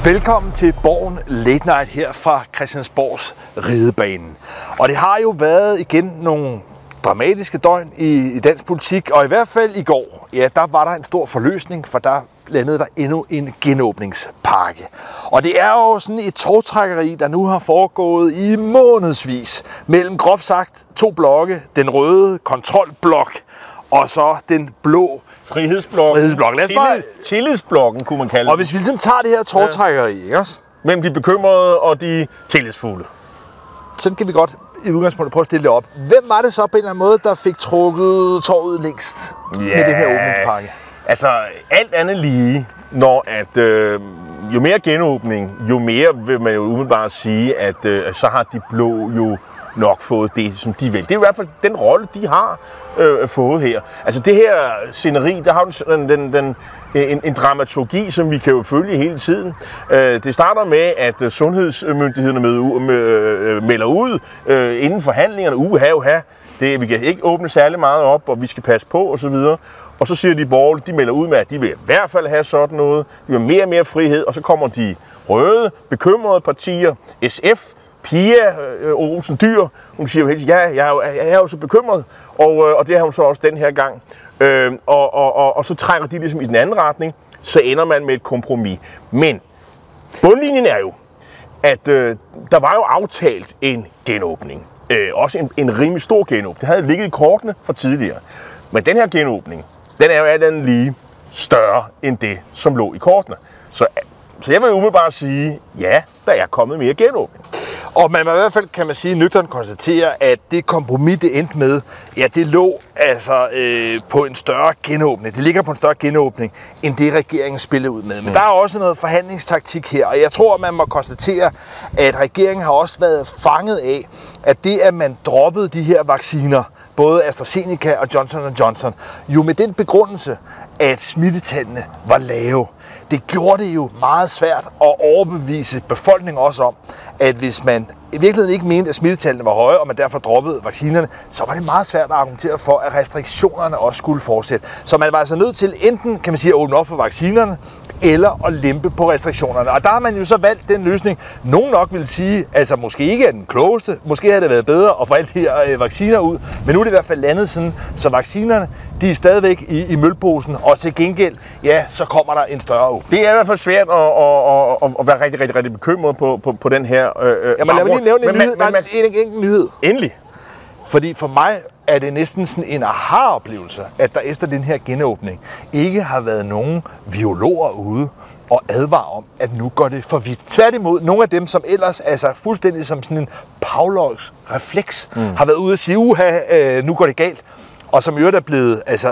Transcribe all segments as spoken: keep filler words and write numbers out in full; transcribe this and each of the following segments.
Velkommen til Borgen Late Night her fra Christiansborgs Ridebanen. Og det har jo været igen nogle dramatiske døgn i, i dansk politik, og i hvert fald i går, ja, der var der en stor forløsning, for der landede der endnu en genåbningspakke. Og det er jo sådan et togtrækkeri, der nu har foregået i månedsvis mellem groft sagt to blokke, den røde kontrolblok og så den blå Frihedsblokken. Frihedsblokken. Lad os bare... Tillidsblokken, kunne man kalde Og hvis vi ligesom tager det her togtrækkeri, ja. Ikke også? Mellem de bekymrede og de tillidsfulde. Sådan kan vi godt i udgangspunktet prøve at stille det op. Hvem var det så på en eller anden måde, der fik trukket toget længst ja, med den her åbningspakke? Altså, alt andet lige, når at øh, jo mere genåbning, jo mere vil man jo umiddelbart sige, at øh, så har de blå jo nok fået det, som de vil. Det er i hvert fald den rolle, de har øh, fået her. Altså det her sceneri, der har den, den, den, en, en dramaturgi, som vi kan jo følge hele tiden. Øh, det starter med, at sundhedsmyndighederne med, med, øh, melder ud øh, inden forhandlingerne, uha, uha, det, vi kan ikke åbne særlig meget op, og vi skal passe på osv. Og så siger de borgerlige, de melder ud med, at de vil i hvert fald have sådan noget, de vil mere og mere frihed, og så kommer de røde, bekymrede partier, S F, Pia øh, Olsen Dyhr, hun siger jo helt, ja, jeg er jo, jeg er jo så bekymret, og, øh, og det har hun så også den her gang. Øh, og, og, og, og så trækker de ligesom i den anden retning, så ender man med et kompromis. Men bundlinjen er jo, at øh, der var jo aftalt en genåbning. Øh, også en, en rimelig stor genåbning. Det havde ligget i kortene for tidligere. Men den her genåbning, den er jo alt andet lige større end det, som lå i kortene. Så Så jeg vil umiddelbart sige, ja, der er kommet mere genåbning. Og man må i hvert fald, kan man sige, nøgternt konstatere, at det kompromis, det endte med, ja, det lå altså øh, på en større genåbning. Det ligger på en større genåbning, end det regeringen spillede ud med. Men mm. der er også noget forhandlingstaktik her, og jeg tror, man må konstatere, at regeringen har også været fanget af, at det, at man droppede de her vacciner, både AstraZeneca og Johnson og Johnson, jo med den begrundelse, at smittetallene var lave. Det gjorde det jo meget svært at overbevise befolkningen også om, at hvis man i virkeligheden ikke mente, at smittetallene var høje, og man derfor droppede vaccinerne, så var det meget svært at argumentere for, at restriktionerne også skulle fortsætte. Så man var altså nødt til enten, kan man sige, at åbne op for vaccinerne, eller at lempe på restriktionerne. Og der har man jo så valgt den løsning, nogen nok vil sige, altså måske ikke er den klogeste, måske havde det været bedre at få alle de her øh, vacciner ud, men nu er det i hvert fald landet sådan, så vaccinerne, de er stadigvæk i, i mølposen, og til gengæld, ja, så kommer der en større åbning. Det er i hvert fald svært at, at, at, at være rigtig, rigtig, rigtig bekymret på, på, på den her øh, ja, men lad mig lige nævne en nyhed. Men, men, en, en, en nyhed. Endelig. Fordi for mig er det næsten sådan en aha-oplevelse, at der efter den her genåbning ikke har været nogen virologer ude og advare om, at nu går det for vidt. Tværtimod, nogle af dem, som ellers altså fuldstændig som sådan en Pavlovs refleks, mm. har været ude og sige, uha, øh, nu går det galt. Og som i øvrigt er blevet altså,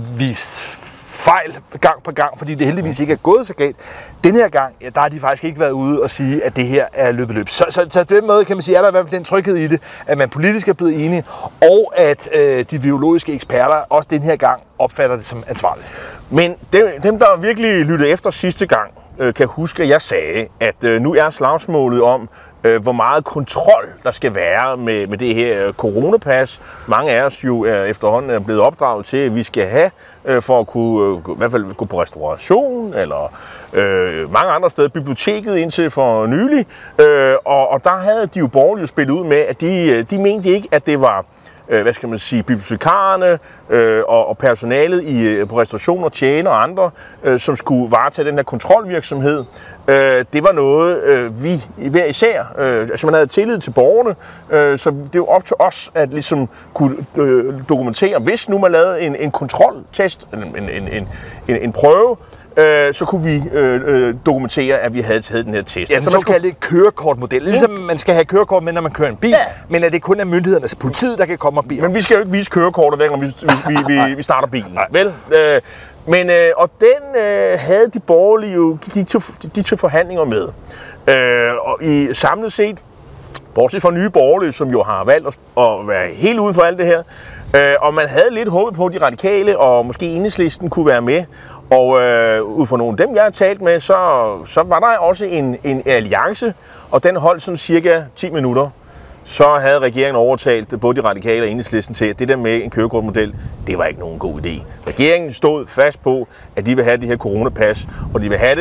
vist fejl gang på gang, fordi det heldigvis ikke er gået så galt. Den her gang, ja, der har de faktisk ikke været ude og sige, at det her er løbet løb. Så, så, så på den måde kan man sige, at der er i hvert fald den tryghed i det, at man politisk er blevet enige, og at øh, de virologiske eksperter også den her gang opfatter det som ansvarligt. Men dem, dem der virkelig lyttede efter sidste gang, øh, kan huske, at jeg sagde, at øh, nu er slagsmålet om, øh, hvor meget kontrol der skal være med, med det her coronapas. Mange af os jo er efterhånden er blevet opdraget til, at vi skal have, øh, for at kunne øh, i hvert fald gå på restauration, eller øh, mange andre steder, biblioteket indtil for nylig. Øh, og, og der havde de jo borgerlige spillet ud med, at de, de mente ikke, at det var øh, hvad skal man sige, bibliotekarerne øh, og, og personalet i, på restaurationer, tjener og andre, øh, som skulle varetage den her kontrolvirksomhed. Øh, det var noget, øh, vi hver især, øh, altså man havde tillid til borgerne, øh, så det var op til os at ligesom kunne øh, dokumentere, hvis nu man lavede en, en kontroltest, en, en, en, en, en prøve, øh, så kunne vi øh, øh, dokumentere, at vi havde taget den her test. Ja, den såkaldte skulle... kørekortmodel. Ligesom man skal have kørekort med, når man kører en bil, ja. Men at det kun er myndighederne, altså politiet, der kan komme og bilen. Men vi skal jo ikke vise kørekortet, hver gang vi, vi, vi, vi starter bilen. Nej. Vel? Øh, men, øh, og den øh, havde de borgerlige jo, de, de, de til forhandlinger med. Øh, og i samlet set, bortset fra nye borgerlige, som jo har valgt at, at være helt uden for alt det her, øh, og man havde lidt håbet på, at de radikale og måske Enhedslisten kunne være med. Og øh, ud fra nogle af dem, jeg har talt med, så, så var der også en, en alliance, og den holdt sådan cirka ti minutter. Så havde regeringen overtalt både de radikale og Enhedslisten til, at det der med en kørekortmodel, det var ikke nogen god idé. Regeringen stod fast på, at de vil have de her coronapas, og de vil have det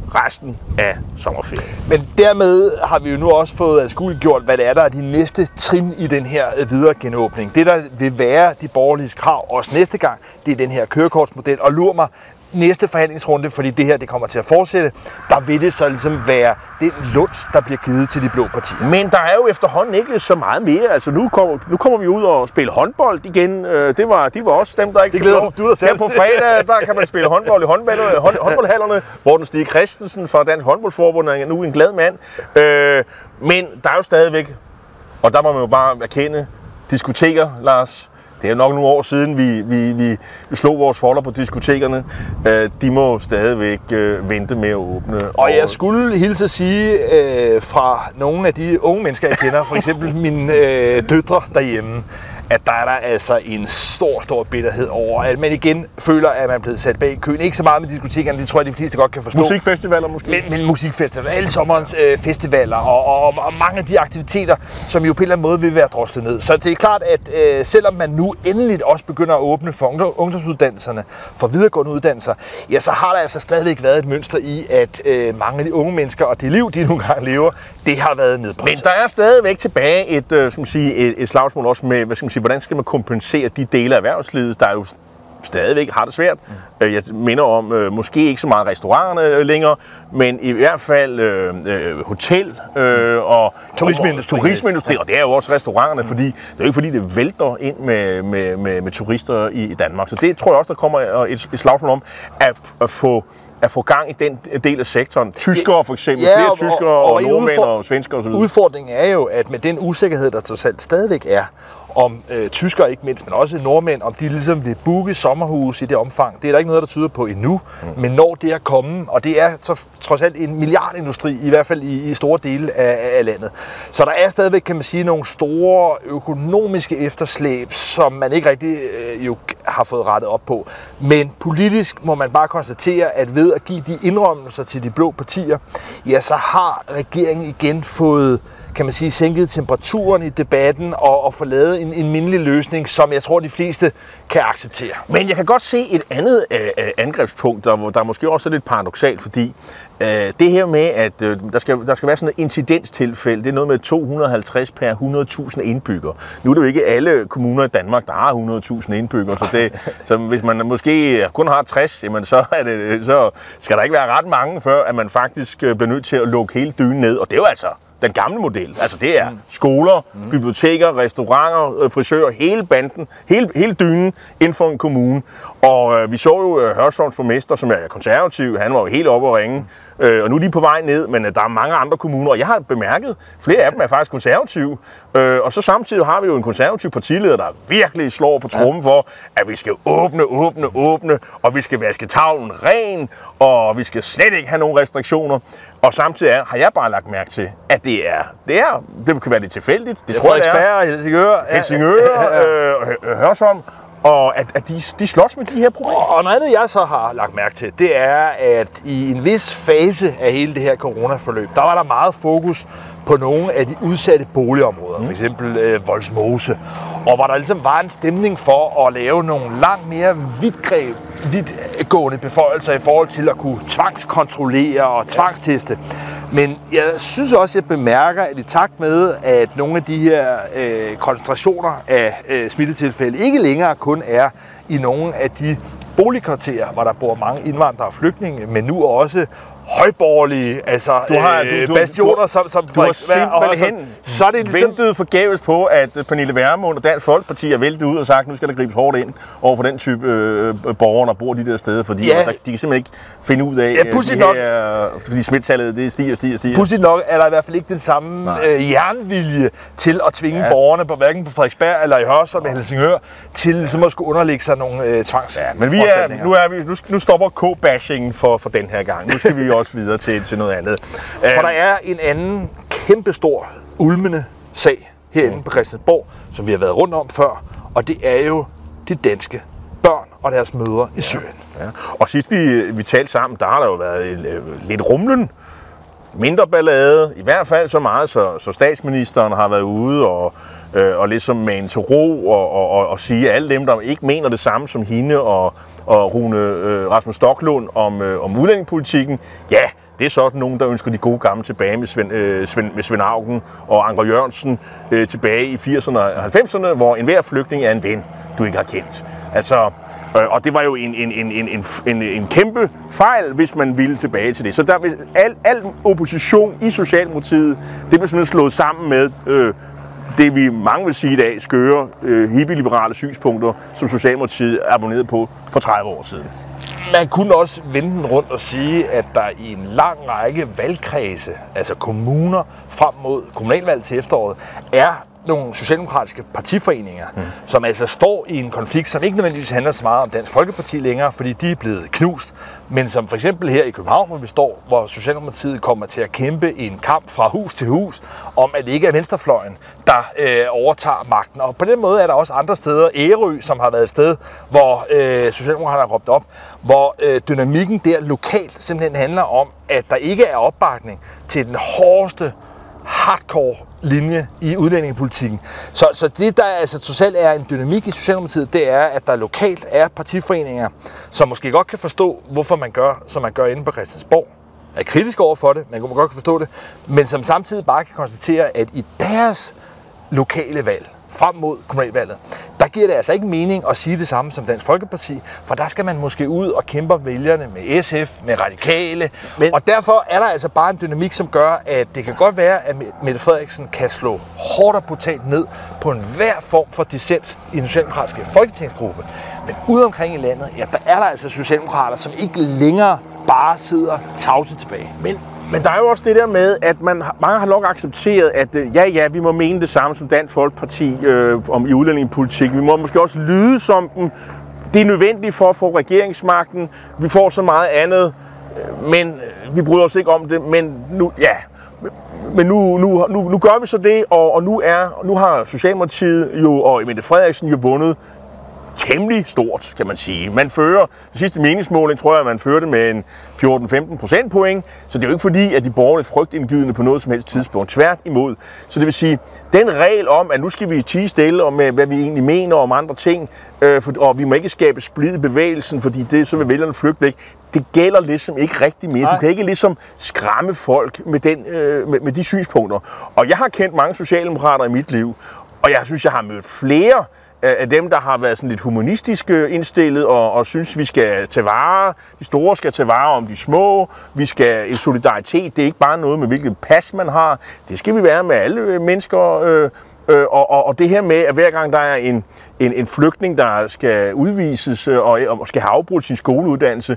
resten af sommerferien. Men dermed har vi jo nu også fået anskueliggjort, hvad det er, der er de næste trin i den her videre genåbning. Det, der vil være de borgerlige krav også næste gang, det er den her kørekortsmodel. Og lur mig, næste forhandlingsrunde, fordi det her det kommer til at fortsætte, der vil det så ligesom være den luns, der bliver givet til de blå partier. Men der er jo efterhånden ikke så meget mere. Altså nu kommer, nu kommer vi ud og spille håndbold igen. Det var, de var også dem, der ikke det glæder du dig selv. Her på fredag, der kan man spille håndbold i håndbold, hånd, håndboldhallerne, hvor den Stig Christensen fra Dansk Håndboldforbund er nu en glad mand. Øh, men der er jo stadigvæk, og der må man jo bare erkende, diskoteker, Lars. Det er jo nok nogle år siden, vi, vi, vi, vi slog vores folder på diskotekerne. Øh, de må stadigvæk øh, vente med at åbne. Og jeg skulle hilse at sige øh, fra nogle af de unge mennesker, jeg kender, for eksempel mine øh, døtre derhjemme, at der er der altså en stor, stor bitterhed over, at man igen føler, at man er blevet sat bag køen. Ikke så meget med diskotekerne, det tror jeg, de fleste godt kan forstå. Musikfestivaler måske? Men, men musikfestivaler, alle sommerens øh, festivaler og, og, og mange af de aktiviteter, som jo på en eller anden måde vil være droslet ned. Så det er klart, at øh, selvom man nu endelig også begynder at åbne for ungdomsuddannelserne, for videregående uddannelser, ja, så har der altså stadigvæk været et mønster i, at øh, mange af de unge mennesker og det liv, de nogle gange lever, det har været nedbrændt. Men der er stadigvæk tilbage et, øh, skal man sige, et, et slagsmål også med, hvad skal man sige, hvordan skal man kompensere de dele af erhvervslivet, der jo stadigvæk har det svært. Mm. Jeg minder om, øh, måske ikke så meget restauranterne øh, længere, men i hvert fald øh, øh, hotel øh, og turismeindustri. Og, turismeindustri, og det er jo også restauranterne, mm. fordi det er jo ikke fordi, det vælter ind med, med, med, med turister i, i Danmark. Så det tror jeg også, der kommer et, et slagsmål om at, at få at få gang i den del af sektoren. Tyskere for eksempel, ja, flere og, tyskere og, og, og, og nordmænd og svenskere osv. Udfordringen er jo, at med den usikkerhed, der trods alt stadigvæk er, om øh, tyskere ikke mindst, men også nordmænd, om de ligesom vil booke sommerhus i det omfang. Det er der ikke noget, der tyder på endnu, mm. men når det er kommet, og det er så trods alt en milliardindustri, i hvert fald i, i store dele af, af landet. Så der er stadigvæk, kan man sige, nogle store økonomiske efterslæb, som man ikke rigtig øh, jo har fået rettet op på. Men politisk må man bare konstatere, at ved at give de indrømmelser til de blå partier, ja, så har regeringen igen fået, kan man sige, sænket temperaturen i debatten og, og få lavet en, en mindelig løsning, som jeg tror, de fleste kan acceptere. Men jeg kan godt se et andet øh, angrebspunkt, der, hvor der måske også er lidt paradoksalt, fordi øh, det her med, at øh, der, skal, der skal være sådan et incidenstilfælde, det er noget med to hundrede og halvtreds per hundrede tusind indbyggere. Nu er det jo ikke alle kommuner i Danmark, der har hundrede tusind indbyggere, så, det, så hvis man måske kun har tres, jamen så, er det, så skal der ikke være ret mange, før at man faktisk bliver nødt til at lukke hele dynen ned, og det er jo altså den gamle model. Altså det er skoler, mm. biblioteker, restauranter, frisører, hele banden, hele, hele dynen inden for en kommune. Og øh, vi så jo øh, Hørsholms borgmester, som er konservativ, han var jo helt oppe at ringe. Mm. Øh, og nu er de på vej ned, men øh, der er mange andre kommuner, og jeg har bemærket, flere af dem er faktisk konservative. Øh, og så samtidig har vi jo en konservativ partileder, der virkelig slår på trommen for, at vi skal åbne, åbne, åbne, og vi skal vaske tavlen ren, og vi skal slet ikke have nogen restriktioner. Og samtidig er, har jeg bare lagt mærke til, at det er, det er, det kan være lidt tilfældigt. Det tror jeg, det er. Helsingør. Helsingør, øh, Hørsholm. Og at, at de, de slås med de her problemer. Og noget andet, jeg så har lagt mærke til, det er, at i en vis fase af hele det her coronaforløb, der var der meget fokus på nogle af de udsatte boligområder, mm. for eksempel øh, Vollsmose, og hvor der ligesom var en stemning for at lave nogle langt mere vidtgreb, vidtgående beføjelser i forhold til at kunne tvangskontrollere og tvangsteste. Men jeg synes også, at jeg bemærker, at i takt med, at nogle af de her øh, koncentrationer af øh, smittetilfælde ikke længere kun er i nogle af de boligkvarterer, hvor der bor mange indvandrere og flygtninge, men nu også højborgerlige, altså du har, du, du, bastioner, som, som du har simpelthen så er det ligesom ventet forgæves på, at Pernille Vermund og Dansk Folkeparti er væltet ud og sagt, nu skal der gribes hårdt ind over for den type øh, borgere, der bor de der steder, fordi ja. der, de kan simpelthen ikke finde ud af, ja, de nok, her, fordi smittetallet det stiger, stiger, stiger. Pudsigt nok er der i hvert fald ikke den samme øh, jernvilje til at tvinge ja. borgerne, på, hverken på Frederiksberg eller i Hørsholm eller Helsingør, til ligesom at skulle underlægge sig nogle øh, tvangs. Ja, men vi er, nu, er vi, nu, nu stopper K-bashingen for, for den her gang. Nu skal vi også videre til, til noget andet. For der er en anden kæmpestor, ulmende sag herinde mm. på Christiansborg, som vi har været rundt om før, og det er jo de danske børn og deres mødre i Syrien. Ja. Ja. Og sidst vi, vi talte sammen, der har der jo været øh, lidt rumlen, mindre ballade, i hvert fald så meget, så, så statsministeren har været ude og, øh, og ligesom med en til ro og, og, og, og sige, at alle dem, der ikke mener det samme som hende og, og Rune øh, Rasmus Stoklund om, øh, om udlændingepolitikken, ja, Det er sådan nogen, der ønsker de gode gamle tilbage med Svend, øh, Svend, med Svend Auken og Anker Jørgensen øh, tilbage i firserne og halvfemserne, hvor enhver flygtning er en ven, du ikke har kendt. Altså, øh, og det var jo en, en, en, en, en, en kæmpe fejl, hvis man ville tilbage til det. Så der vil al, al opposition i Socialdemokratiet, det blev simpelthen slået sammen med øh, det, vi mange vil sige i dag, skøre, øh, hippie-liberale synspunkter, som Socialdemokratiet abonnerede på for tredive år siden. Man kunne også vende den rundt og sige, at der i en lang række valgkredse, altså kommuner, frem mod kommunalvalget til efteråret, er nogle socialdemokratiske partiforeninger, mm. som altså står i en konflikt, som ikke nødvendigvis handler så meget om Dansk Folkeparti længere, fordi de er blevet knust, men som for eksempel her i København, hvor vi står, hvor Socialdemokratiet kommer til at kæmpe en kamp fra hus til hus, om at det ikke er venstrefløjen, der øh, overtager magten. Og på den måde er der også andre steder, Ærø, som har været et sted, hvor øh, Socialdemokraterne har råbt op, hvor øh, dynamikken der lokalt simpelthen handler om, at der ikke er opbakning til den hårdeste, hardcore linje i udlændingepolitikken. Så, så det, der altså totalt er en dynamik i Socialdemokratiet, det er, at der lokalt er partiforeninger, som måske godt kan forstå, hvorfor man gør, som man gør inde på Christiansborg. Er kritisk over for det, man kan godt forstå det, men som samtidig bare kan konstatere, at i deres lokale valg, frem mod kommunalvalget, der giver det altså ikke mening at sige det samme som Dansk Folkeparti, for der skal man måske ud og kæmpe vælgerne med S F, med Radikale, men, og derfor er der altså bare en dynamik, som gør, at det kan godt være, at Mette Frederiksen kan slå hårdt og brutalt ned på enhver form for dissens i den socialdemokratiske folketingsgruppe. Men ude omkring i landet, ja, der er der altså socialdemokrater, som ikke længere bare sidder tavse tilbage. Men Men der er jo også det der med, at man, mange har nok accepteret, at ja, ja, vi må mene det samme som Dansk Folkeparti øh, om i udlændingepolitik. Vi må måske også lyde som dem. Det er nødvendigt for at få regeringsmagten. Vi får så meget andet, men vi bryder os ikke om det. Men nu, ja, men nu, nu, nu, nu gør vi så det, og, og nu, er, nu har Socialdemokratiet jo, og Mette Frederiksen jo vundet temmelig stort, kan man sige. Man fører, det sidste meningsmåling, tror jeg, man førte med en fjorten til femten procentpoint, så det er jo ikke fordi, at de borgerlige frygtindgydende på noget som helst tidspunkt. Tvært imod. Så det vil sige, den regel om, at nu skal vi tie stille om, hvad vi egentlig mener om andre ting, øh, for, og vi må ikke skabe splid i bevægelsen, fordi det, så vil vælgerne flygte væk, det gælder ligesom ikke rigtig mere. Du kan ikke ligesom skræmme folk med, den, øh, med, med de synspunkter. Og jeg har kendt mange socialdemokrater i mit liv, og jeg synes, jeg har mødt flere af dem, der har været sådan lidt humanistisk indstillet og, og synes, vi skal tage vare, de store skal tage vare om de små, vi skal en solidaritet, det er ikke bare noget med hvilket pas man har, det skal vi være med alle mennesker, øh, øh, og, og, og det her med, at hver gang der er en, en, en flygtning, der skal udvises og, og skal have afbrudt sin skoleuddannelse,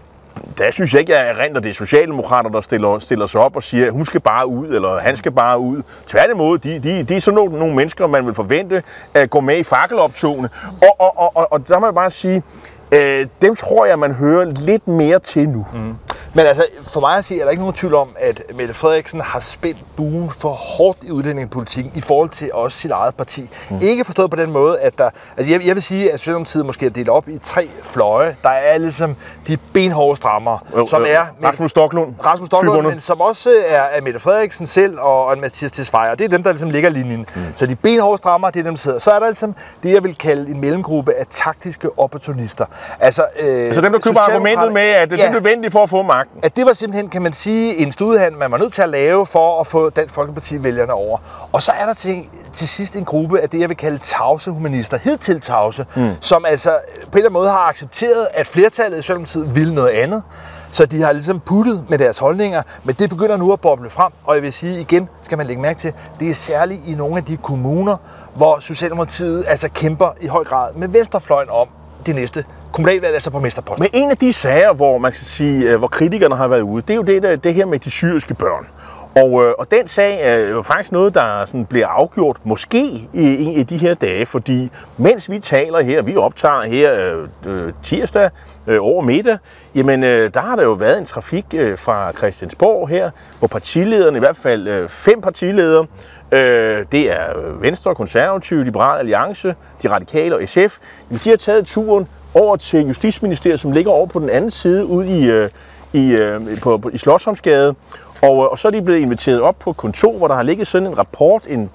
der synes jeg ikke, at jeg erindrer, det er socialdemokrater, der stiller, stiller sig op og siger, at hun skal bare ud, eller han skal bare ud. Tværtimod, de, de, de er sådan nogle, nogle mennesker, man vil forvente at gå med i fakkeloptogene. Og, og, og, og, og der må jeg bare sige, øh, dem tror jeg, man hører lidt mere til nu. Mm. Men altså, for mig at sige, er der ikke nogen tvivl om, at Mette Frederiksen har spændt buen for hårdt i udlændingepolitikken i forhold til også sit eget parti. Mm. Ikke forstået på den måde, at der... Altså, jeg, jeg vil sige, at Socialdemokratiet måske er delt op i tre fløje. Der er ligesom de benhårde strammere, jo, som jo. er... Rasmus Stoklund. Rasmus Stoklund, men som også er, er Mette Frederiksen selv og, og Mathias Tesfaye. Det er dem, der ligesom ligger linjen. Mm. Så de benhårde strammere, det er dem, der sidder. Så er der ligesom det, jeg vil kalde en mellemgruppe af taktiske opportunister. Altså, øh, altså dem, der køber argumentet med, at det er ja, nødvendigt for at få magten. At det var simpelthen, kan man sige, en studehandel, man var nødt til at lave for at få Dansk Folkeparti-vælgerne over. Og så er der til, til sidst en gruppe af det, jeg vil kalde tavse humanister, hidtil tavse, mm. som altså på en eller anden måde har accepteret, at flertallet i Socialdemokratiet ville noget andet. Så de har ligesom puttet med deres holdninger, men det begynder nu at boble frem. Og jeg vil sige igen, skal man lægge mærke til, det er særligt i nogle af de kommuner, hvor Socialdemokratiet altså kæmper i høj grad med venstrefløjen om det næste kommunalvalg, altså på borgmesterposten. Men en af de sager, hvor man skal sige, hvor kritikerne har været ude, det er jo det, der, det her med de syriske børn. Og, og den sag er jo faktisk noget, der sådan bliver afgjort måske i en af de her dage, fordi mens vi taler her, vi optager her øh, tirsdag øh, over middag, jamen øh, der har der jo været en trafik øh, fra Christiansborg her, hvor partilederne, i hvert fald øh, fem partiledere, øh, det er Venstre, Konservative, Liberal Alliance, de Radikale og S F, jamen, de har taget turen over til Justitsministeriet, som ligger over på den anden side ude i, øh, i, øh, på, på, i Slotsholmsgade. Og, og så er de blevet inviteret op på et kontor, hvor der har ligget sådan en rapport, en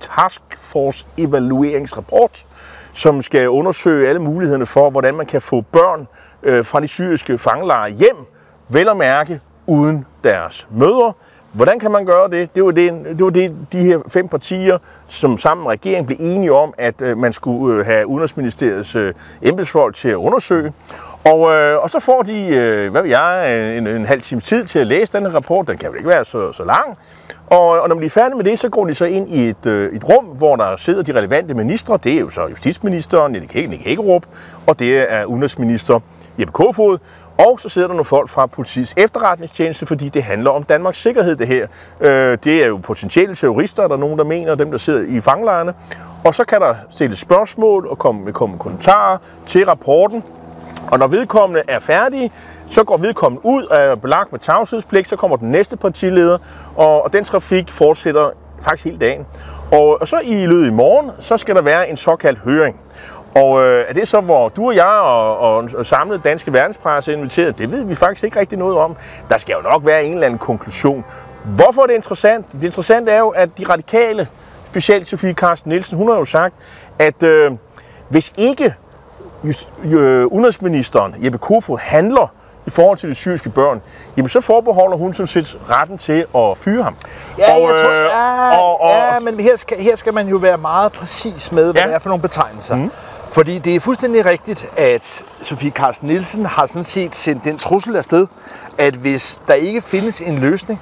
taskforce-evalueringsrapport, som skal undersøge alle mulighederne for, hvordan man kan få børn øh, fra de syriske fangelejre hjem, vel at mærke uden deres mødre. Hvordan kan man gøre det? Det var det, det var det de her fem partier, som sammen med regeringen blev enige om, at øh, man skulle øh, have Udenrigsministeriets øh, embedsfolk til at undersøge. Og, øh, og så får de, øh, hvad ved jeg, en, en halv time tid til at læse den rapport. Den kan vel ikke være så, så lang. Og, og når de er færdige med det, så går de så ind i et, øh, et rum, hvor der sidder de relevante ministre. Det er jo så justitsministeren, Nick Hækkerup, og det er udenrigsminister Jeppe Kofod. Og så sidder der nogle folk fra politiets efterretningstjeneste, fordi det handler om Danmarks sikkerhed, det her. Øh, det er jo potentielle terrorister, der er nogen, der mener, dem, der sidder i fangelejrene. Og så kan der stilles spørgsmål og komme med komme kommentarer til rapporten. Og når vedkommende er færdige, så går vedkommende ud og er belagt med tavshedspligt, så kommer den næste partileder, og, og den trafik fortsætter faktisk hele dagen. Og, og så i løbet i morgen, så skal der være en såkaldt høring. Og øh, er det så, hvor du og jeg og, og, og samlede danske verdenspresse er inviteret? Det ved vi faktisk ikke rigtig noget om. Der skal jo nok være en eller anden konklusion. Hvorfor er det interessant? Det interessante er jo, at de radikale, specielt Sofie Carsten Nielsen, hun har jo sagt, at øh, hvis ikke just, øh, udenrigsministeren Jeppe Kofod handler i forhold til de syriske børn, jamen så forbeholder hun sådan set retten til at fyre ham. Ja, og, jeg tror, øh, ja, og, og, ja, men her skal, her skal man jo være meget præcis med, hvad ja. det er for nogle betegnelser. Mm. Fordi det er fuldstændig rigtigt, at Sofie Carsten Nielsen har sådan set sendt den trussel afsted, at hvis der ikke findes en løsning,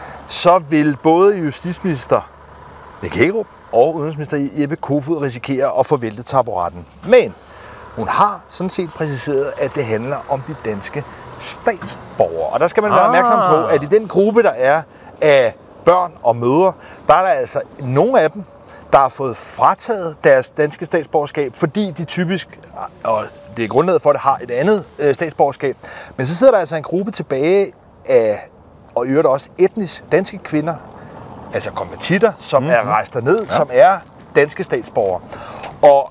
så vil både justitsminister Nick Hækkerup og udenrigsminister Jeppe Kofod risikere at få væltet taburetten. Men hun har sådan set præciseret, at det handler om de danske statsborgere. Og der skal man være opmærksom på, at i den gruppe, der er af børn og mødre, der er der altså nogle af dem, der har fået frataget deres danske statsborgerskab, fordi de typisk, og det er grundlaget for, at det har et andet øh, statsborgerskab. Men så sidder der altså en gruppe tilbage af, og i øvrigt også etnisk danske kvinder, altså konvertitter, som mm-hmm. er rejst derned, ja. som er danske statsborgere. Og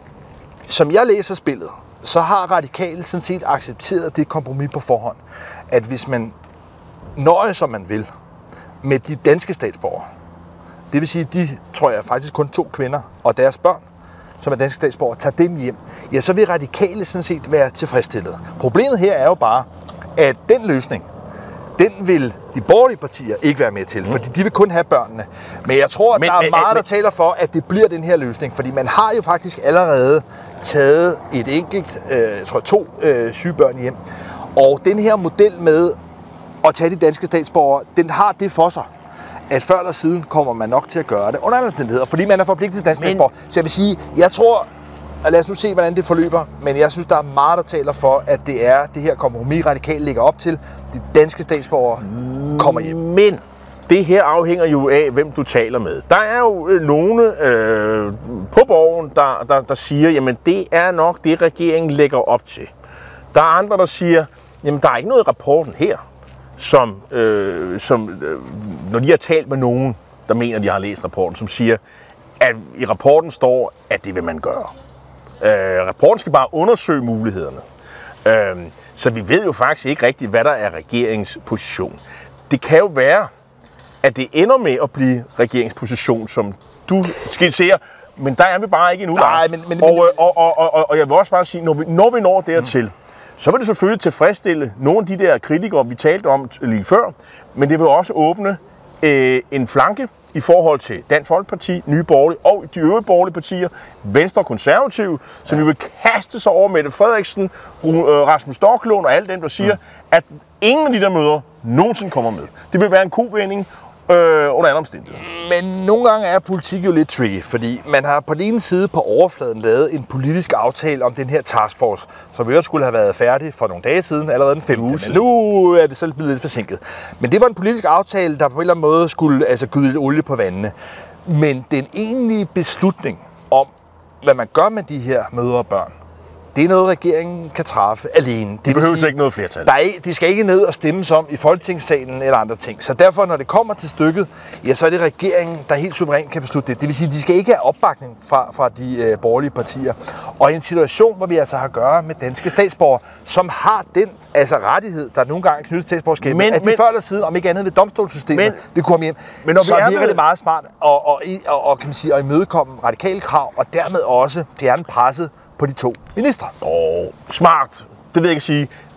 som jeg læser spillet, så har radikale sådan set accepteret det kompromis på forhånd, at hvis man nøjer, som man vil, med de danske statsborgere, det vil sige, de, tror jeg, faktisk kun to kvinder og deres børn, som er danske statsborgere, tager dem hjem, ja, så vil radikale sådan set være tilfredsstillet. Problemet her er jo bare, at den løsning, den vil de borgerlige partier ikke være med til, fordi de vil kun have børnene. Men jeg tror, at men, der er meget, der taler for, at det bliver den her løsning, fordi man har jo faktisk allerede taget et enkelt, øh, jeg tror to øh, syge børn hjem. Og den her model med at tage de danske statsborgere, den har det for sig, at før eller siden kommer man nok til at gøre det under alle omstændigheder, fordi man er forpligtet til dansk statsborger. Så jeg vil sige, jeg tror, og lad os nu se, hvordan det forløber, men jeg synes, der er meget, der taler for, at det er det her kompromis, radikalt ligger op til. De danske statsborgere kommer hjem. Men det her afhænger jo af, hvem du taler med. Der er jo øh, nogle øh, på borgen, der, der, der siger, jamen det er nok det, regeringen lægger op til. Der er andre, der siger, jamen der er ikke noget i rapporten her, som, øh, som øh, når de har talt med nogen, der mener, de har læst rapporten, som siger, at i rapporten står, at det vil man gøre. Øh, rapporten skal bare undersøge mulighederne. Øh, så vi ved jo faktisk ikke rigtigt, hvad der er regeringens position. Det kan jo være, at det ender med at blive regeringsposition, som du skitserer, men der er vi bare ikke endnu. Nej, men, men, og, og, og, og, og jeg vil også bare sige, når vi når, vi når dertil, mm. så vil det selvfølgelig tilfredsstille nogle af de der kritikere, vi talte om lige før, men det vil også åbne øh, en flanke i forhold til Dansk Folkeparti, Nye Borgerlige og de øvrige borgerlige partier, Venstre og Konservative, som ja. vil kaste sig over Mette Frederiksen, Rasmus Stoklund og alle dem, der siger, mm. at ingen af de der møder nogensinde kommer med. Det vil være en kovending øh, under alle omstændigheder. Men nogle gange er politik jo lidt tricky, fordi man har på den ene side på overfladen lavet en politisk aftale om den her taskforce, som jo skulle have været færdig for nogle dage siden, allerede den femte Men nu er det selv blevet lidt forsinket. Men det var en politisk aftale, der på en eller anden måde skulle altså gyde lidt olie på vandene. Men den egentlige beslutning om, hvad man gør med de her mødre og børn, det er noget, regeringen kan træffe alene. Det, det behøver sige, ikke noget flertal. Der er, de skal ikke ned og stemmes om i Folketingssalen eller andre ting. Så derfor, når det kommer til stykket, ja, så er det regeringen, der helt suverænt kan beslutte det. Det vil sige, at de skal ikke have opbakning fra, fra de øh, borgerlige partier. Og i en situation, hvor vi altså har at gøre med danske statsborgere, som har den altså rettighed, der nogle gange er knyttet til statsborgerskabet, men, at de men, før eller siden, om ikke andet ved domstolssystemet, men, vil komme hjem, men når så vi virker med... det meget smart at, og, og, og, kan man sige, at imødekomme radikale krav, og dermed også fjerne presset på de to ministre. Åh, smart. Det vil jeg ikke sige.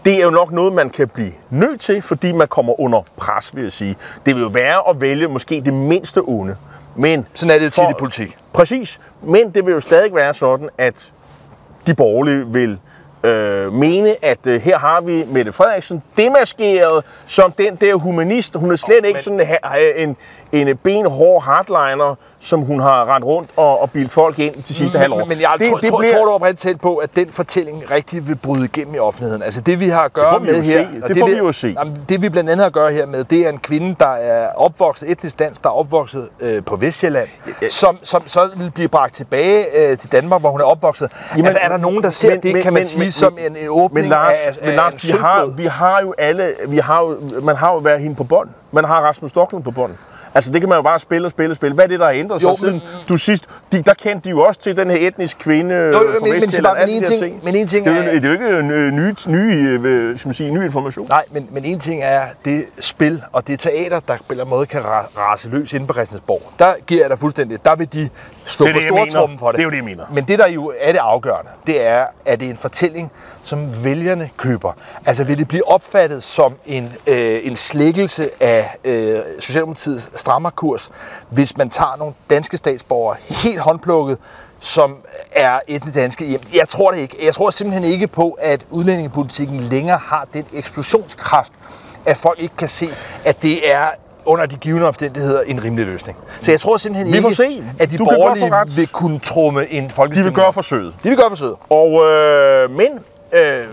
det er jo nok noget, man kan blive nødt til, fordi man kommer under pres, vil jeg sige. Det vil jo være at vælge måske det mindste onde. Men sådan er det tit i politik. Præcis. Men det vil jo stadig være sådan, at de borgerlige vil øh, mene, at øh, her har vi Mette Frederiksen demaskeret som den der humanist. Hun er slet oh, ikke men... sådan en, en benhård hardliner, som hun har rendt rundt og, og bildt folk ind til sidste men, halvår. Men jeg det, tror, det tror, bliver... tror du oprigtigt talt på, at den fortælling rigtig vil bryde igennem i offentligheden? Altså det vi har at gøre med her, det, det får vi jo se. Jamen, det vi blandt andet har at gøre her med, det er en kvinde, der er opvokset, etnisk dansk, der er opvokset øh, på Vestsjælland, ja. som, som så vil blive bragt tilbage øh, til Danmark, hvor hun er opvokset. Jamen, altså er der nogen, der ser men, det, men, kan man men, sige, men, som en, en åbning men Lars, af, men Lars, af vi, har, vi har jo alle, vi har jo, man har jo været hende på bånd. Man har Rasmus Stoklund på bånd. Altså det kan man jo bare spille og spille og spille. Hvad er det, der har ændret sig jo, siden men, du sidst? De, der kendte de jo også til den her etnisk kvinde. Jo, jo men, men, men, en ting, ting. men en ting er... Det er jo, det er jo ikke ny, ny, ny, skal man sige, ny information. Nej, men, men en ting er det spil og det teater, der på en eller anden måde kan rase løs inde på Christiansborg. Der giver jeg dig fuldstændig. Der vil de stå det på stortrummen for det. Det er jo det, jeg mener. Men det, der jo er det afgørende, det er, at det er en fortælling, som vælgerne køber. Altså vil det blive opfattet som en, øh, en slækkelse af øh, Socialdemokratiets strammerkurs, hvis man tager nogle danske statsborgere helt håndplukket, som er etnisk danske hjem. Jeg tror det ikke. Jeg tror simpelthen ikke på, at udlændingepolitikken længere har den eksplosionskraft, at folk ikke kan se, at det er under de givne omstændigheder en rimelig løsning. Så jeg tror simpelthen ikke, se. at de du borgerlige vil kunne trumme en folkestemning. De vil gøre forsøget. De vil gøre forsøget. Og, øh, men øh,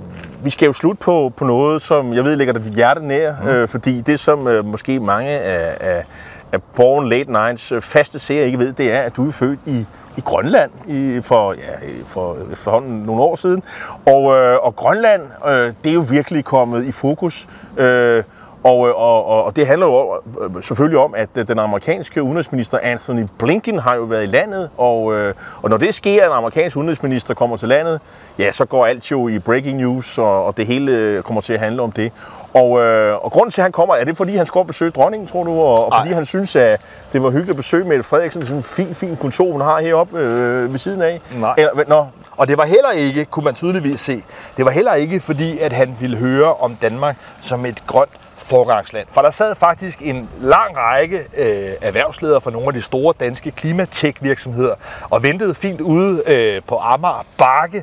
vi skal jo slutte på, på noget, som jeg ved ligger dig dit hjerte nær, mm. øh, fordi det, som øh, måske mange af, af, af Born Late Nights øh, faste seere ikke ved, det er, at du er født i i Grønland i, for, ja, for efterhånden nogle år siden. Og, øh, og Grønland, øh, det er jo virkelig kommet i fokus. Øh, og, og, og det handler jo selvfølgelig om, at den amerikanske udenrigsminister Antony Blinken har jo været i landet. Og, øh, og når det sker, at en amerikansk udenrigsminister kommer til landet, ja, så går alt jo i breaking news, og, og det hele kommer til at handle om det. Og, øh, og grunden til, at han kommer, er det fordi, han skal besøge dronningen, tror du? Og, og fordi han synes, at det var hyggeligt at besøge Mette Frederiksen, sådan en fin, fin kontor, hun har heroppe øh, ved siden af. Nej. Eller, nå. Og det var heller ikke, kunne man tydeligvis se, det var heller ikke fordi, at han ville høre om Danmark som et grønt foregangsland. For der sad faktisk en lang række øh, erhvervsledere fra nogle af de store danske klimatech-virksomheder og ventede fint ude øh, på Amager Bakke.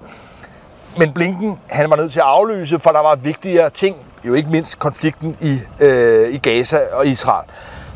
Men Blinken, han var nødt til at aflyse, for der var vigtigere ting, jo ikke mindst konflikten i, øh, i Gaza og Israel.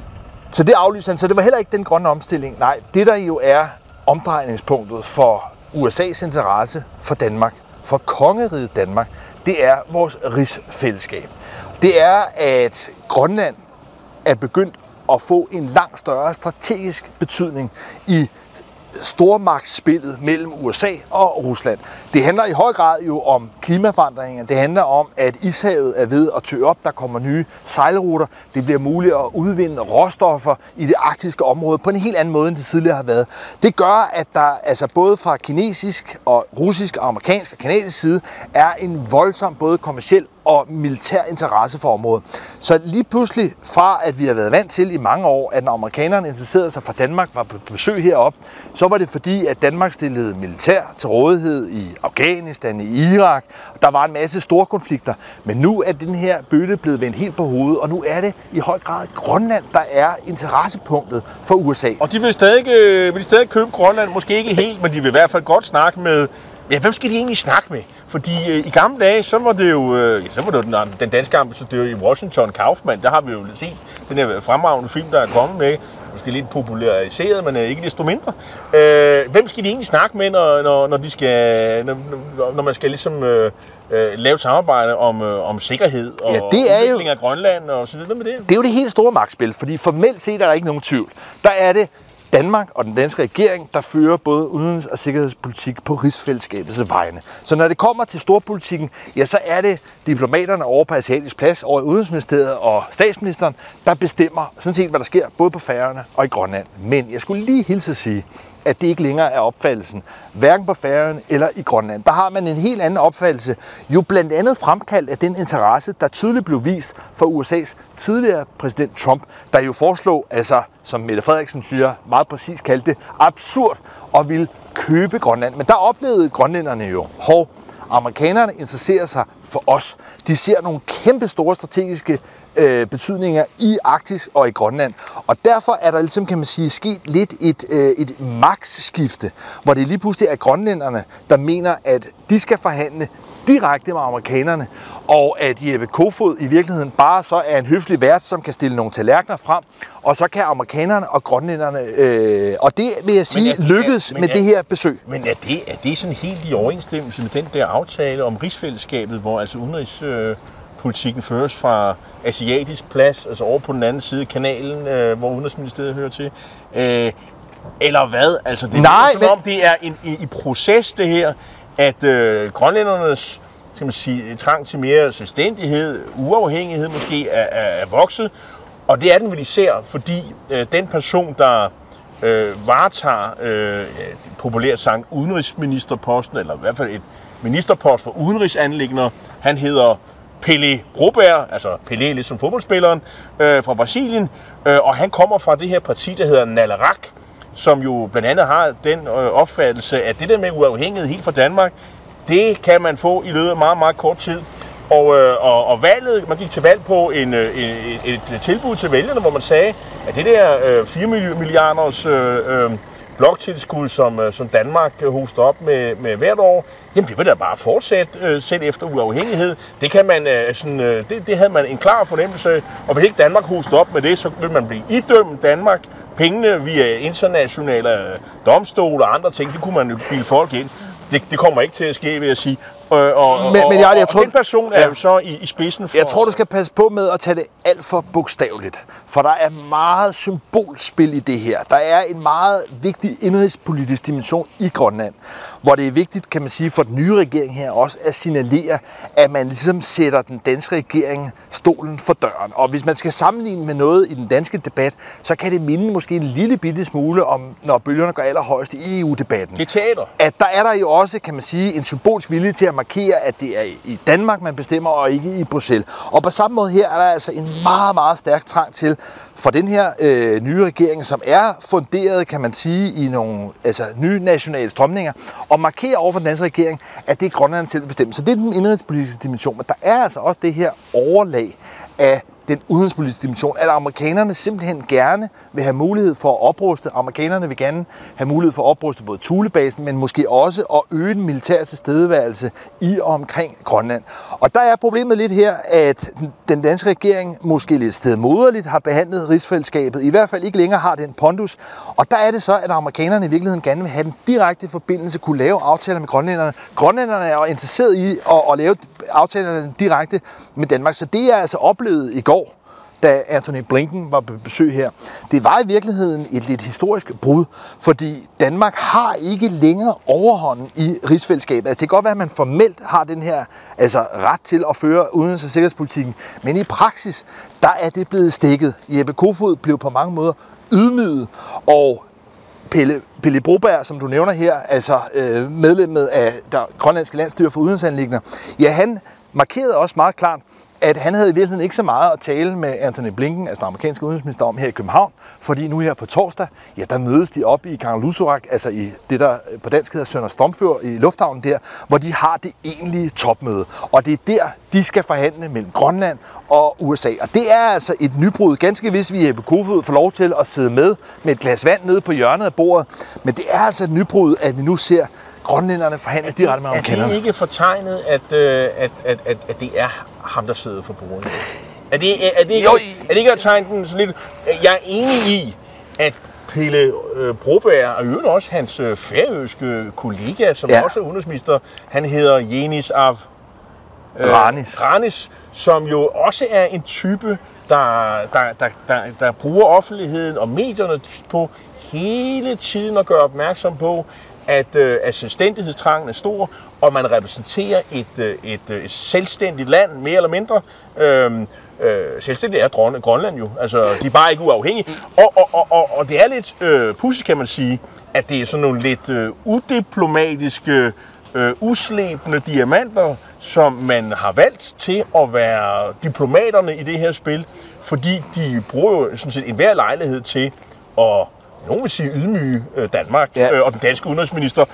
Så det aflyste han, så det var heller ikke den grønne omstilling. Nej, det der jo er omdrejningspunktet for U S A's interesse for Danmark, for kongeriget Danmark, det er vores rigsfællesskab. Det er, at Grønland er begyndt at få en langt større strategisk betydning i stormagtsspillet mellem U S A og Rusland. Det handler i høj grad jo om klimaforandringer. Det handler om, at ishavet er ved at tø op. Der kommer nye sejlruter. Det bliver muligt at udvinde råstoffer i det arktiske område på en helt anden måde, end det tidligere har været. Det gør, at der altså både fra kinesisk og russisk og amerikansk og kanadisk side er en voldsom både kommerciel og militær interesse for området. Så lige pludselig fra, at vi har været vant til i mange år, at når amerikanerne interesserede sig for Danmark, var på besøg heroppe, så var det fordi, at Danmark stillede militær til rådighed i Afghanistan, i Irak. Der var en masse store konflikter. Men nu er den her bøtte blevet vendt helt på hovedet, og nu er det i høj grad Grønland, der er interessepunktet for U S A. Og de vil stadig, øh, vil stadig købe Grønland, måske ikke helt, men de vil i hvert fald godt snakke med... Ja, hvem skal de egentlig snakke med? Fordi øh, i gamle dage, så var det jo, øh, ja, så var det jo den, den danske ambassadør i Washington, Kaufmann. Der har vi jo set den her fremragende film, der er kommet med. Måske lidt populariseret, men øh, ikke desto mindre. Øh, hvem skal de egentlig snakke med, når, når, når, de skal, når, når man skal ligesom, øh, øh, lave et samarbejde om, øh, om sikkerhed og ja, udvikling jo, af Grønland og sådan noget med det? Det er jo det helt store magtspil, fordi formelt set er der ikke nogen tvivl. Der er det Danmark og den danske regering, der fører både udenrigs- og sikkerhedspolitik på rigsfællesskabets vegne. Så når det kommer til storpolitikken, ja, så er det diplomaterne over på Asiatisk Plads, over i Udenrigsministeriet og statsministeren, der bestemmer sådan set, hvad der sker både på Færøerne og i Grønland. Men jeg skulle lige hilse at sige, at det ikke længere er opfattelsen, hverken på Færøerne eller i Grønland. Der har man en helt anden opfattelse, jo blandt andet fremkaldt af den interesse, der tydeligt blev vist for U S A's tidligere præsident Trump, der jo foreslog, altså som Mette Frederiksen siger, meget præcis kaldte det, absurd og ville købe Grønland. Men der oplevede grønlænderne jo, hov, Amerikanerne interesserer sig for os. De ser nogle kæmpe store strategiske øh, betydninger i Arktis og i Grønland. Og derfor er der ligesom, kan man sige, sket lidt et, øh, et magtskifte, hvor det lige pludselig er grønlænderne, der mener, at de skal forhandle direkte med amerikanerne, og at Jeppe Kofod i virkeligheden bare så er en høflig vært, som kan stille nogle tallerkener frem, og så kan amerikanerne og grønlænderne, øh, og det vil jeg sige, det, lykkedes med er, det her besøg. Men er det, er det sådan helt i overensstemmelse med den der aftale om rigsfællesskabet, hvor altså udenrigspolitikken føres fra asiatisk plads, altså over på den anden side af kanalen, øh, hvor Udenrigsministeriet hører til? Øh, eller hvad? Altså det Nej, er som men... om det er en, i, i proces det her, at øh, grønlændernes, skal man sige, trang til mere selvstændighed, uafhængighed måske, er, er, er vokset. Og det er den vel især, fordi øh, den person, der øh, varetager øh, populært sagt udenrigsministerposten, eller i hvert fald et ministerpost for udenrigsanliggender, han hedder Pelé Broberg, altså Pelé ligesom fodboldspilleren, øh, fra Brasilien, øh, og han kommer fra det her parti, der hedder Nalerak, som jo blandt andet har den øh, opfattelse, at det der med uafhængighed helt fra Danmark, det kan man få i løbet af meget, meget kort tid. Og, øh, og, og valget, man gik til valg på en, øh, et, et tilbud til vælgerne, hvor man sagde, at det der øh, fire milliarders øh, øh, bloktilskud, som, øh, som Danmark hoster op med, med hvert år, jamen det vil da bare fortsætte øh, selv efter uafhængighed. Det, kan man, øh, sådan, øh, det, det havde man en klar fornemmelse, og hvis ikke Danmark hoster op med det, så vil man blive idømt Danmark pengene via internationale domstole og andre ting. Det kunne man jo bilde folk ind. Det, det kommer ikke til at ske, vil jeg sige. Og, og, men, men jeg, jeg og, tror, og den person er ja, jo så i, i spidsen for... Jeg tror, du skal passe på med at tage det alt for bogstaveligt. For der er meget symbolspil i det her. Der er en meget vigtig indrigspolitisk dimension i Grønland, hvor det er vigtigt, kan man sige, for den nye regering her også at signalere, at man ligesom sætter den danske regering stolen for døren. Og hvis man skal sammenligne med noget i den danske debat, så kan det minde måske en lille bitte smule om, når bølgerne går allerhøjst i E U-debatten. Det er teater. At der er der jo også, kan man sige, en symbolsk vilje til at markere, at det er i Danmark, man bestemmer, og ikke i Bruxelles. Og på samme måde her er der altså en meget, meget stærk trang til for den her øh, nye regering, som er funderet, kan man sige, i nogle altså, nye nationale strømninger, og markere over for den danske regering, at det er Grønland selv bestemmer. Så det er den indrigspolitiske dimension, men der er altså også det her overlag af den udenrigspolitiske dimension, at amerikanerne simpelthen gerne vil have mulighed for at opruste. Amerikanerne vil gerne have mulighed for at opruste både Thulebasen, men måske også at øge den militære tilstedeværelse i og omkring Grønland. Og der er problemet lidt her, at den danske regering måske lidt stedmoderligt har behandlet rigsfællesskabet, i hvert fald ikke længere har den pondus. Og der er det så, at amerikanerne i virkeligheden gerne vil have den direkte forbindelse, kunne lave aftaler med grønlænderne. Grønlænderne er jo interesseret i at, at lave aftalerne direkte med Danmark, så det er altså oplevet i går, da Antony Blinken var på besøg her. Det var i virkeligheden et lidt historisk brud, fordi Danmark har ikke længere overhånden i rigsfællesskabet. Altså, det kan godt være, at man formelt har den her altså, ret til at føre udenrigs- og sikkerhedspolitikken, men i praksis, der er det blevet stikket. Jeppe Kofod blev på mange måder ydmyget, og Pelle, Pelé Broberg, som du nævner her, altså øh, medlemmet af der grønlandske landsstyre for udenrigsanliggender, ja, han markerede også meget klart, at han havde i virkeligheden ikke så meget at tale med Antony Blinken, altså den amerikanske udenrigsminister, om her i København, fordi nu her på torsdag, ja, der mødes de op i Kangerlussuaq, altså i det, der på dansk hedder Sønder Strømfjord i lufthavnen der, hvor de har det egentlige topmøde. Og det er der, de skal forhandle mellem Grønland og U S A. Og det er altså et nybrud, ganske hvis vi Jeppe Kofod får lov til at sidde med med et glas vand nede på hjørnet af bordet. Men det er altså et nybrud, at vi nu ser grønlænderne forhandle direkte med amerikanerne. Er det ikke fortegnet, at, øh, at, at, at, at det er ham, der sidder for bordet? Er det, er, er det ikke, er det ikke at tegne den sådan lidt? Jeg er enig i, at Pelle øh, Broberg, og i øvrigt også hans øh, færøske kollega, som ja. også er udenrigsminister, han hedder Jenis af øh, Ranis. Ranis, som jo også er en type, der, der, der, der, der bruger offentligheden og medierne på hele tiden at gøre opmærksom på, at, øh, at selvstændighedstrangen er stor, og man repræsenterer et, øh, et, øh, et selvstændigt land, mere eller mindre. Øhm, øh, selvstændigt er Grønland, Grønland jo, altså de er bare ikke uafhængige. Og, og, og, og, og det er lidt øh, pudsigt, kan man sige, at det er sådan nogle lidt øh, udiplomatiske, øh, uslæbende diamanter, som man har valgt til at være diplomaterne i det her spil, fordi de bruger jo sådan set enhver lejlighed til at nogen vil sige ydmyge Danmark ja. øh, og den danske udenrigsminister.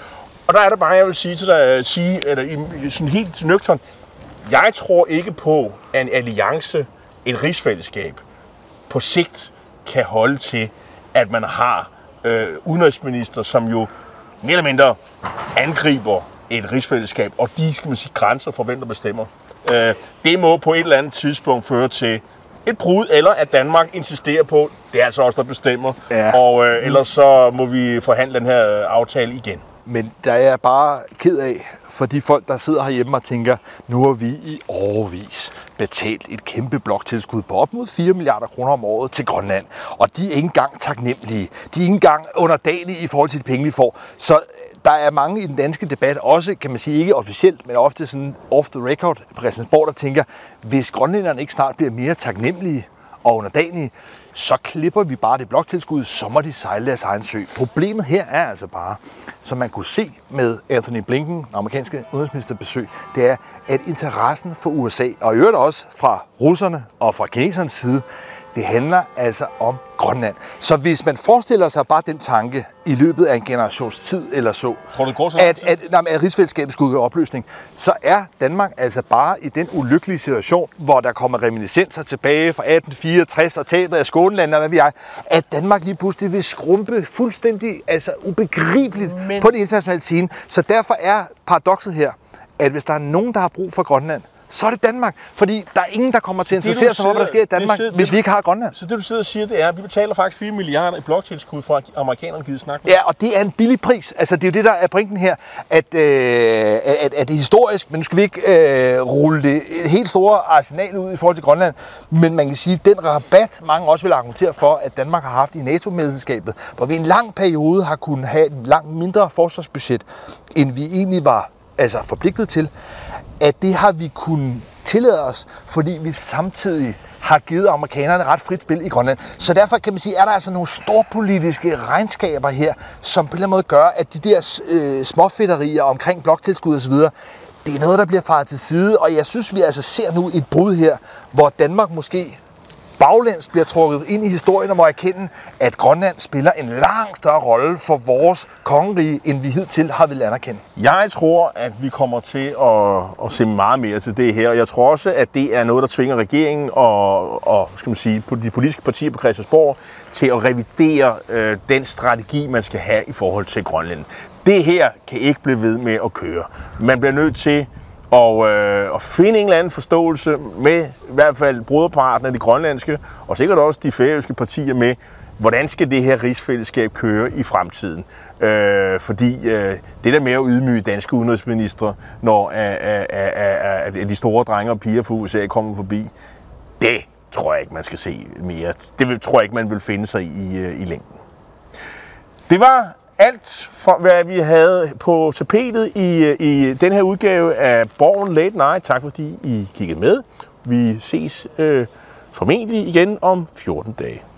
Og der er det bare, jeg vil sige til dig, sige, eller sådan helt nøgternt, jeg tror ikke på, at en alliance, et rigsfællesskab, på sigt kan holde til, at man har øh, udenrigsminister, som jo mere eller mindre angriber et rigsfællesskab, og de, skal man sige, grænser for, hvem der bestemmer. Øh, det må på et eller andet tidspunkt føre til et brud, eller at Danmark insisterer på, det er altså også der bestemmer, ja. og øh, ellers så må vi forhandle den her aftale igen. Men der er jeg bare ked af, for de folk, der sidder herhjemme og tænker, nu har vi i årevis betalt et kæmpe bloktilskud på op mod fire milliarder kroner om året til Grønland. Og de er ikke engang taknemmelige. De er ikke engang underdanige i forhold til de penge, vi får. Så der er mange i den danske debat, også kan man sige ikke officielt, men ofte sådan off the record på Christiansborg, der tænker, hvis grønlænderne ikke snart bliver mere taknemmelige og underdanige, så klipper vi bare det bloktilskud, så må de sejle deres egen sø. Problemet her er altså bare, som man kunne se med Antony Blinken, amerikanske udenrigsministerbesøg, det er, at interessen for U S A, og i øvrigt også fra russerne og fra kinesernes side, det handler altså om Grønland. Så hvis man forestiller sig bare den tanke i løbet af en generations tid eller så, tror du, det går så at, at, at, at rigsfællesskabet skulle gå i opløsning, så er Danmark altså bare i den ulykkelige situation, hvor der kommer reminiscenser tilbage fra atten fireogtres og tabet af Skåneland og hvad vi er, at Danmark lige pludselig vil skrumpe fuldstændig altså ubegribeligt Men... på det internationale scene. Så derfor er paradokset her, at hvis der er nogen, der har brug for Grønland, så er det Danmark. Fordi der er ingen, der kommer til at interessere sig for, hvad der sker i Danmark, sidder, hvis vi ikke har Grønland. Så det, du sidder og siger, det er, at vi betaler faktisk fire milliarder i bloktilskud for, at amerikanerne gider snakke. Ja, og det er en billig pris. Altså, det er jo det, der er pointen her, at, øh, at, at det er historisk, men nu skal vi ikke øh, rulle det et helt store arsenal ud i forhold til Grønland. Men man kan sige, at den rabat, mange også vil argumentere for, at Danmark har haft i NATO-medlemskabet, hvor vi i en lang periode har kunnet have et langt mindre forsvarsbudget, end vi egentlig var altså, forpligtet til, at det har vi kunnet tillade os, fordi vi samtidig har givet amerikanerne ret frit spil i Grønland. Så derfor kan man sige, er der altså nogle storpolitiske regnskaber her, som på en eller anden måde gør, at de der øh, småfedterier omkring bloktilskud osv., det er noget, der bliver faret til side, og jeg synes, vi altså ser nu et brud her, hvor Danmark måske baglæns bliver trukket ind i historien og må erkende, at Grønland spiller en langt større rolle for vores kongerige, end vi hidtil har vil anerkende. Jeg tror, at vi kommer til at, at se meget mere til det her, og jeg tror også, at det er noget, der tvinger regeringen og, og skal man sige, de politiske partier på Christiansborg til at revidere øh, den strategi, man skal have i forhold til Grønland. Det her kan ikke blive ved med at køre. Man bliver nødt til Og, øh, og finde en eller anden forståelse med i hvert fald broderparten af de grønlandske, og sikkert også de færøske partier med, hvordan skal det her rigsfællesskab køre i fremtiden. Øh, fordi øh, det der med at ydmyge danske udenrigsministre, når øh, øh, øh, øh, de store drenge og piger fra U S A kommer forbi, det tror jeg ikke, man skal se mere. Det tror jeg ikke, man vil finde sig i, i, i længden. Det var alt, for, hvad vi havde på tapetet i, i den her udgave af Borgen Late Night. Tak fordi I kiggede med. Vi ses øh, formentlig igen om fjorten dage.